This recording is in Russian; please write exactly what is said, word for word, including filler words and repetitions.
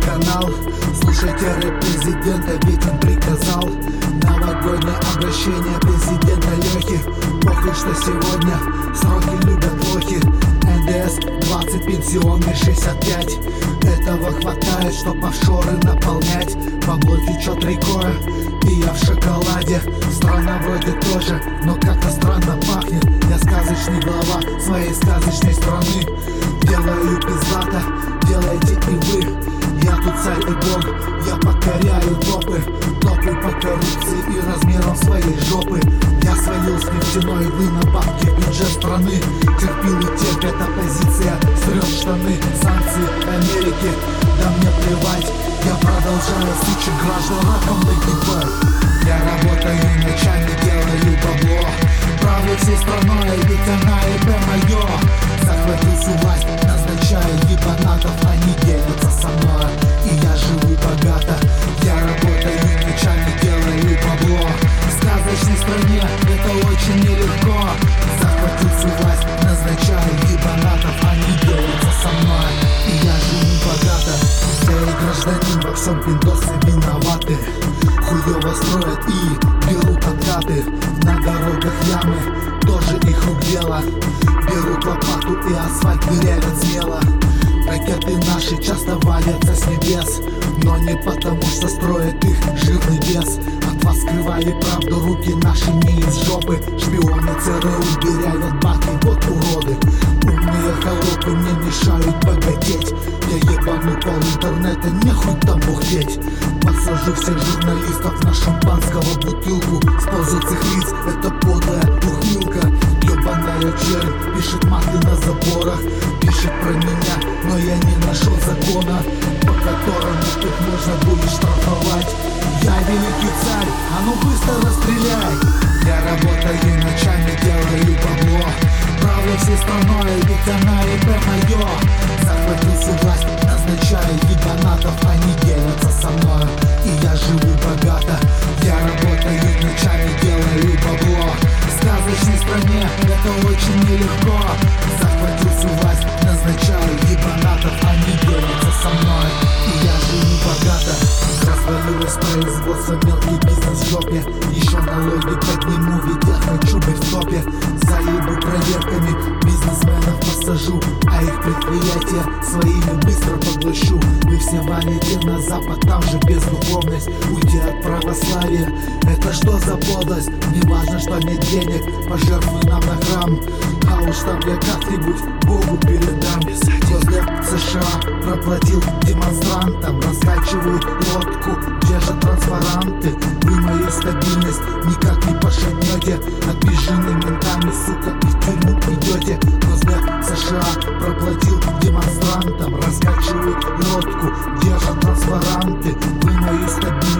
канал. Слушайте рэп президента, ведь он приказал. Новогоднее обращение президента Лехи. Похуй, что сегодня сроки любят лохи. эн дэ эс двадцать, пенсионный шестьдесят пять. Этого хватает, чтоб офшоры наполнять. Бабло течет рекой, и я в шоколаде. Страна вроде тоже, но как-то странно пахнет. Я сказочный глава своей сказочной страны. Делаю пиздато, делайте и вы. Я тут царь и бог, я покоряю топы. Топы по коррупции и размером своей жопы. Я свалил с нефтяной иглы на бабки в бюджет страны. Терпил и терпит оппозиция, срет штаны. Санкции Америки, да мне плевать. Я продолжаю сучек граждан раком нагибать. Я работаю ночами, делаю бабло. Правлю всей страной, ведь она и бэ мое. Захватил всю власть, назначаю ебанатов. Они делятся со мной, и я живу богато. Я работаю ночами, делаю бабло. В сказочной стране это очень нелегко. Захватил всю власть, назначаю ебанатов. Они делятся со мной, и я живу богато. Я и гражданин, во всем пиндосы виноваты. Хуёво строят и берут откаты. На дорогах ямы, тоже их рук дело. Берут лопату и асфальт дырявят смело. Ракеты наши часто валятся с небес, но не потому, что строят их жирный вес. От вас скрывали правду руки наши не из жопы. Шпионы цэ рэ у дырявят баки, вот уроды. Умные холопы мне мешают богатеть. Я ебану пол интернета, нехуй там бухтеть. Посажу всех журналистов на шампанского бутылку. Сползут с их лиц, это подлая ухмылка. Ебаная чернь пишет маты на заборах. Пишет про меня, но я не нашел закона, по которому тут можно будет штрафовать. Я великий царь, а ну быстро расстреляй. Я работаю ночами, делаю бабло. Правлю всей страной, ведь она и бэ мое. Захватил всю власть, назначаю ебанатов. Они делятся со мной, и я живу богато. Я работаю ночами, делаю бабло. В сказочной стране это очень нелегко. Захватил всю власть, назначаю ебанатов. Они делятся со мной, и я живу богато. Развалилось производство, мелкий бизнес в жопе. Еще налоги подниму, ведь я хочу быть в топе. Заебу проверками, бизнесменов посажу, а их предприятия своими быстро поглощу. Вы все валите на запад, там же бездуховность. Уйти от православия, это что за подлость? Не важно, что нет денег, пожертвуй нам на храм. А уж там я как-нибудь Богу передам. Госдеп США проплатил демонстрантам. Раскачивают лодку, держат транспаранты. Вы мою стабильность никак не пошатнете. Обижены ментами, сука, и в тюрьму идете. Госдеп США проплатил демонстрантам. Раскачивают лодку, держат транспаранты. Вы мою стабильность